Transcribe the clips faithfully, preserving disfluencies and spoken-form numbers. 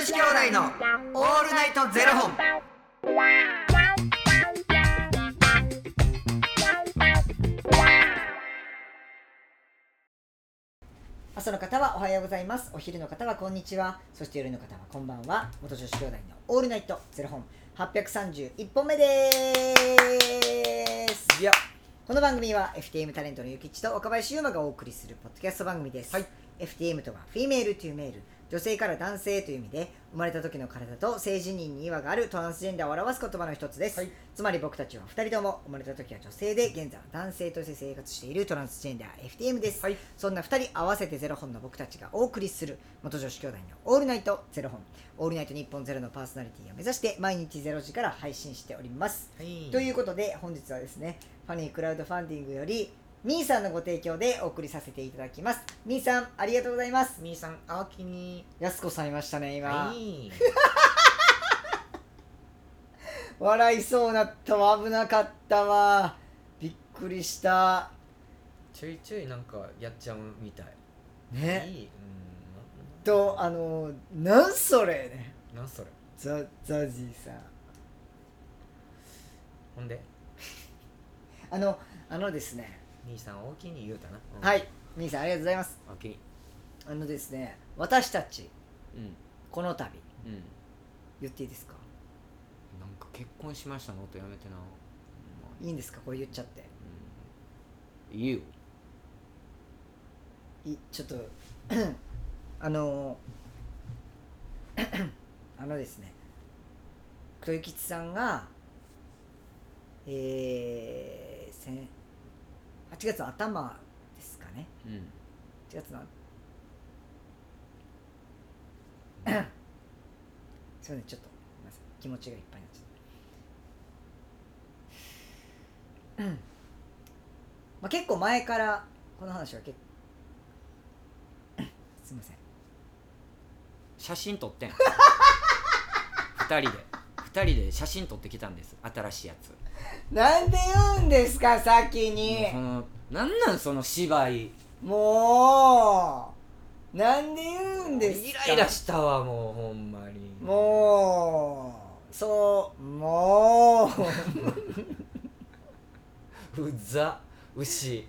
子兄弟のオールナイトゼロ本。 朝の方はおはようございます。お昼の方はこんにちは。そして夜の方はこんばんは。元女子兄弟のオールナイトゼロ本はっぴゃくさんじゅういっぽんめです。 いやこの番組は エフティーエム タレントのゆきちと岡林優馬がお送りするポッドキャスト番組です、 はい、 エフティーエム とはフィメールトゥーメール、女性から男性という意味で、生まれた時の体と性自認に違和があるトランスジェンダーを表す言葉の一つです、はい、つまり僕たちはふたりとも生まれた時は女性で現在は男性として生活しているトランスジェンダー エフティーエム です、はい、そんなふたり合わせてゼロ本の僕たちがお送りする元女子兄弟のオールナイトゼロ本、オールナイト日本ゼロのパーソナリティを目指して毎日ゼロ時から配信しております、はい、ということで本日はですね、ファニークラウドファンディングよりみーさんのご提供でお送りさせていただきます。みーさんありがとうございます。 みーさんあきにやすこさんいましたね今、 はい、 笑いそうなったわ、危なかったわ、びっくりした。 ちょいちょいなんかやっちゃうみたいね。 いい、うん、 とあのなんそれね、 なんそれザザジーさん。 ほんであのあのですね、 兄さん大きに言うたな、 うん、はい、兄さんありがとうございます。 大きにあのですね、私たち、 うん、 この度、 うん、 言っていいですか？ なんか結婚しましたのとやめてな、 いいんですかこれ言っちゃって、 うん、いいよ。 いちょっとあのあのですね、豊吉さんがえー、せんはちがつの頭ですかね、うん、はちがつのすいません、ちょっとごめんなさい、気持ちがいっぱいになっちゃった、うん、まあ、結構前からこの話は結構すいません、 写真撮ってんふたりでふたりで写真撮ってきたんです、新しいやつ。 なんで言うんですか先に。 そのなんなんその芝居、 もうなんで言うんですか。 イライラしたわもうほんまに。 もうそうもううざ牛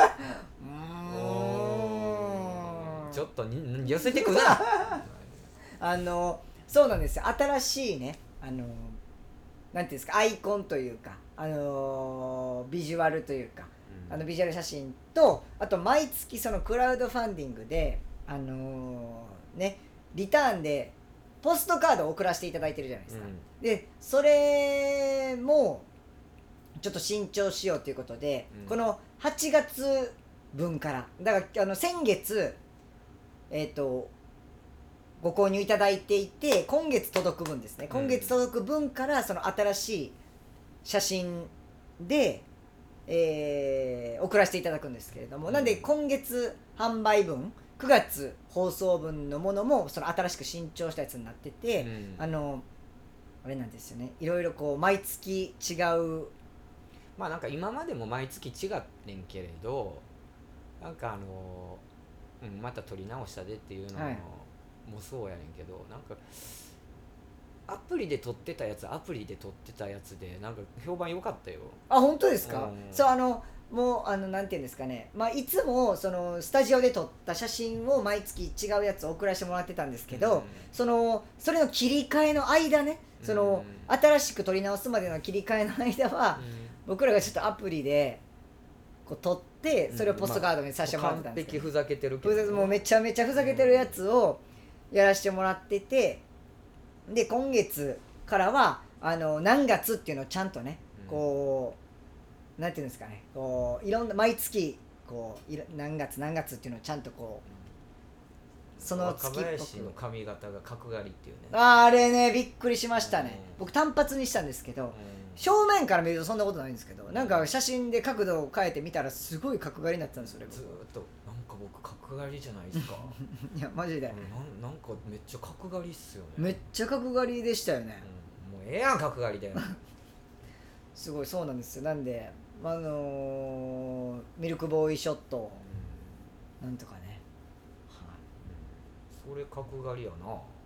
もうちょっとに寄せてくなあのそうなんですよ、新しいね、あのなんていうんですか、アイコンというか、あのビジュアルというか、うん、あのビジュアル写真と、あと毎月そのクラウドファンディングであのー、ねリターンでポストカードを送らせていただいてるじゃないですか、うん、でそれもちょっと新調しようということで、うん、このはちがつ分からだからあの先月えっ、ー、とご購入いただいていて、今月届く分ですね、今月届く分からその新しい写真で、えー、送らせていただくんですけれども、うん、なんで今月販売分、くがつ放送分のものもその新しく新調したやつになってて、うん、あのあれなんですよね、いろいろこう毎月違う、 まあなんか今までも毎月違ってんけれど、なんかあの、うん、また撮り直したでっていうのも、はい、もうそうやねんけど、なんかアプリで撮ってたやつアプリで撮ってたやつでなんか評判良かったよ。 あ、本当ですか？うん、そう、あのもうあのなんていうんですかね、まあ、いつもそのスタジオで撮った写真を毎月違うやつを送らせてもらってたんですけど、うん、そのそれの切り替えの間ね、その、うん、新しく撮り直すまでの切り替えの間は、うん、僕らがちょっとアプリでこう撮ってそれをポストカードにさせてもらってたんですけど、 うん、まあ、完璧ふざけてるけど、 もうめちゃめちゃふざけてるやつをやらせてもらってて、で今月からはあの何月っていうのをちゃんとね、こうなんていうんですかね、こういろんな毎月こういろ何月何月っていうのをちゃんとこうその月っぽく、 若林の髪型が角刈りっていうね、 あ, あれねびっくりしましたね、うん、僕単発にしたんですけど、うん、正面から見るとそんなことないんですけど、なんか写真で角度を変えてみたらすごい角刈りになってたんですよ。 ずーっとなんか僕角刈りじゃないですかいやマジで、 うん、な, なんかめっちゃ角刈りっすよね。 めっちゃ角刈りでしたよね、 うん、もうええやん角刈りですごいそうなんですよ。なんであのー、ミルクボーイショット、うん、なんとかね、 それ角刈りやな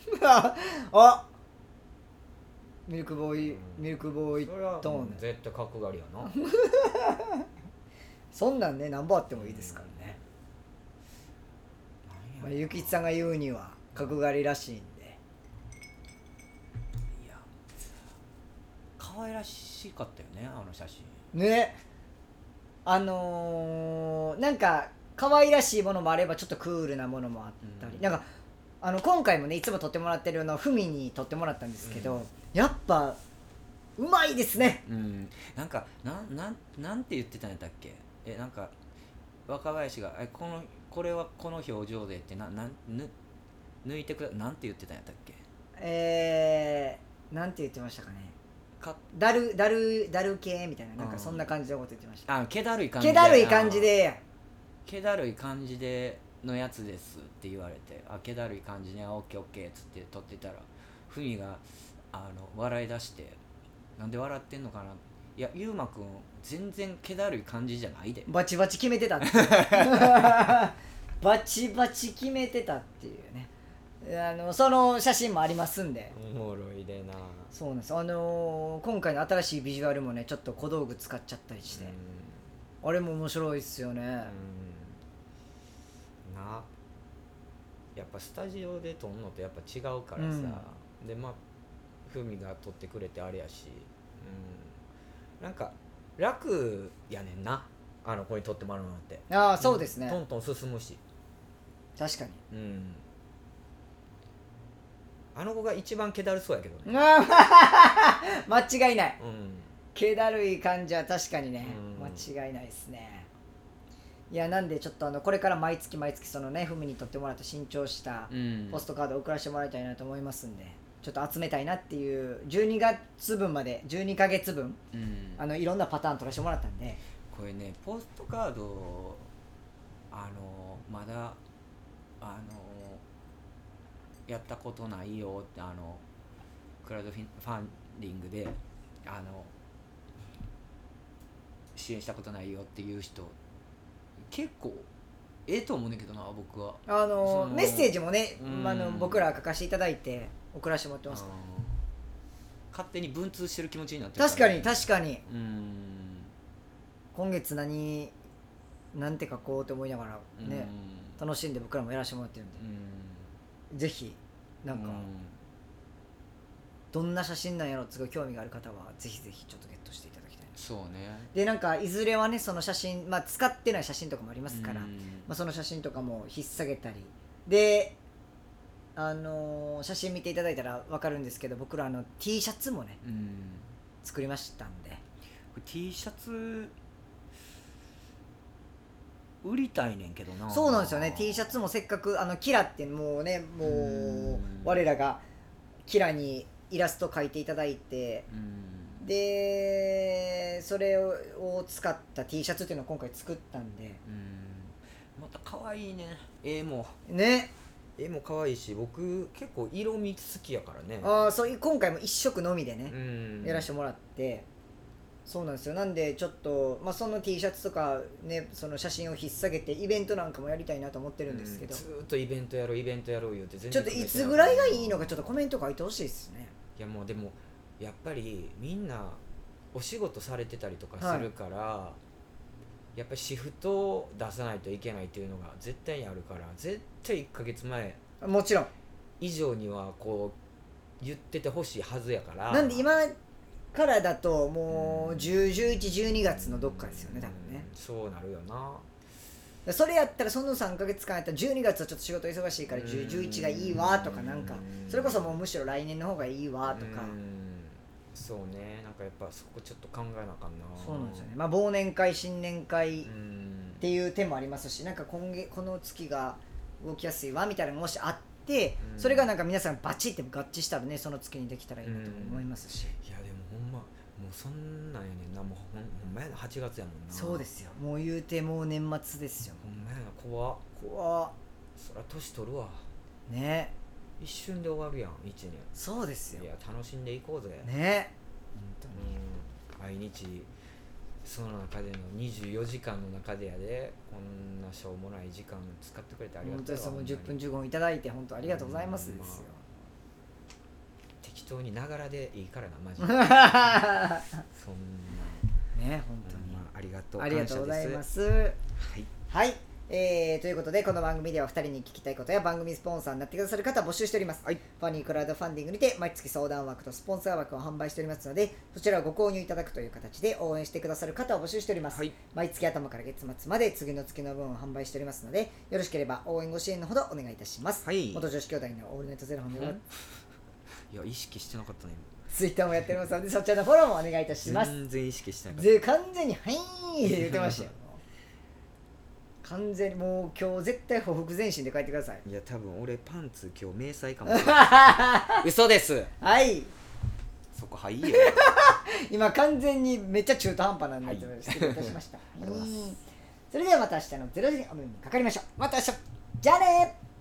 あミルクボーイ、 うんミルクボーイそれはトーン、 うん絶対角刈りやなそんなんね何本あってもいいですからね、まあ、ゆきちさんが言うには角刈りらしいんで、 いや可愛らしかったよねあの写真。 ね、あのー、なんか可愛らしいものもあればちょっとクールなものもあったり、 うんなんかあの今回もねいつも撮ってもらってるのふみに撮ってもらったんですけど、 うんやっぱうまいですね。 うんなんかなんなんなんて言ってたんやったっけ。えなんか若林がえこのこれはこの表情でってななんぬ抜いてくれなんて言ってたんやったっけ。 えー、なんて言ってましたかね、 かだるだるだる系みたいな、なんかうんそんな感じのこと言ってました。 あ気だるい感じ気でだるい感じで、 気だるい感じでのやつですって言われて、あ気だるい感じね、オッケーオッケーっつって撮ってたらふみがあの笑い出して、なんで笑ってんのかな、いやゆうまくん全然気だるい感じじゃないで、 バチバチ決めてたってバチバチ決めてたっていうね、あのその写真もありますんで。 おもろいでな。 そうなんです、あのー、今回の新しいビジュアルもねちょっと小道具使っちゃったりして、あれも面白いっすよね。 うん、うん、なやっぱスタジオで撮んのとやっぱ違うからさ、うん、でまあふみが撮ってくれてあれやし、うん、なんか楽やねんな、あの子に撮ってもらうのって。 ああそうですね、 トントン進むし、 確かに、 うん、あの子が一番気だるそうやけどね間違いない、 うん、 気だるい感じは確かにね、 うん、 間違いないですね。いやなんでちょっとあのこれから毎月毎月そのねふみに撮ってもらった新調したポストカードを送らせてもらいたいなと思いますんで、ちょっと集めたいなっていう、じゅうにがつぶんまでじゅうにかげつぶん、うん、あのいろんなパターン撮らせてもらったんで、 これねポストカードあのまだあのやったことないよって、あのクラウドファンディングであの支援したことないよっていう人結構ええと思うねんけどな、僕は。 あのメッセージもね、 うん、 あの僕ら書かせていただいて送らせてもらってます。 勝手に文通してる気持ちになってるから、ね、確かに確かに、 うん、 今月何なんて書こうと思いながらね、うん、楽しんで僕らもやらせてもらってるんで、うん、ぜひなんか、うん、どんな写真なんやろってすごい興味がある方はぜひぜひちょっとゲットしていただきたい。 そうね。 でなんかいずれはねその写真、まあ、使ってない写真とかもありますから、うん、まあ、その写真とかも引っ提げたりで、あのー、写真見ていただいたら分かるんですけど、僕らあの T シャツもね、うん、作りましたんで、 これ T シャツ売りたいねんけどな。 そうなんですよね。 T シャツもせっかくあのキラってもうねもう我らがキラにイラスト描いていただいて、うん、でそれを使った T シャツっていうのを今回作ったんで、 うん、また可愛いね。絵もね、 絵も可愛いし、僕結構色味好きやからね。 ああ、そういう今回も一色のみでね、 うん、 やらせてもらって、そうなんですよ。なんでちょっと、まあ、その T シャツとかね、その写真を引っ提げてイベントなんかもやりたいなと思ってるんですけど、 うん、ずっとイベントやろうイベントやろう言うて全然ちょっといつぐらいがいいのかちょっとコメント書いてほしいですね。 いやもうでもやっぱりみんなお仕事されてたりとかするから、はい、やっぱりシフトを出さないといけないっていうのが絶対にあるから、絶対いっかげつまえもちろん以上にはこう言っててほしいはずやから。 なんで今からだともうじゅう、じゅういち、じゅうにがつのどっかですよね、多分ね。 そうなるよな。 それやったらそのさんかげつかんやったらじゅうにがつはちょっと仕事忙しいからじゅう、じゅういちがいいわとか、なんかそれこそもうむしろ来年の方がいいわとか。 そうね、なんかやっぱそこちょっと考えなあかんな。 そうなんですよね。まあ忘年会新年会っていう手もありますし、なんか今月この月が動きやすいわみたいなのがもしあって、それがなんか皆さんバチって合致したらね、その月にできたらいいなと思いますし。 いやでもほんまもうそんなんやねんな。もうほんほんまやな、はちがつやもんな。 そうですよ、もう言うてもう年末ですよ。 ほんまやな、怖っ怖っ。 そら年取るわね、 一瞬で終わるやんいちねん。 そうですよ。 いや楽しんでいこうぜね、本当に毎日その中でのにじゅうよじかんの中でやで、こんなしょうもない時間使ってくれてありがとう。 本当です。もうじゅっぷんじゅうごふんいただいて本当ありがとうございますですよ。 当にながらでいいからなマジでそんなね本当に、 まあ、ありがとうありがとうございます。 はい、 はいえー、ということでこの番組ではふたりに聞きたいことや番組スポンサーになってくださる方を募集しております、 はい、 ファニークラウドファンディングにて毎月相談枠とスポンサー枠を販売しておりますのでそちらをご購入いただくという形で応援してくださる方を募集しております、はい、毎月頭から月末まで次の月の分を販売しておりますのでよろしければ応援ご支援のほどお願いいたします、はい、元女子兄弟のオールナイトゼロ本では、うん、 いや意識してなかったねツイッターもやっておりますのでそちらのフォローもお願いいたします。 全然意識してなかった完全にはいーって言ってましたよ完全にもう今日絶対ほふく前進で帰ってください。 いや多分俺パンツ今日迷彩かもしれない嘘です。 はいそこはいいよ今完全にめっちゃ中途半端なんで、はい、失礼いたしましたそれではまた明日のゼロ時にお目にかかりましょう。また明日じゃあねー。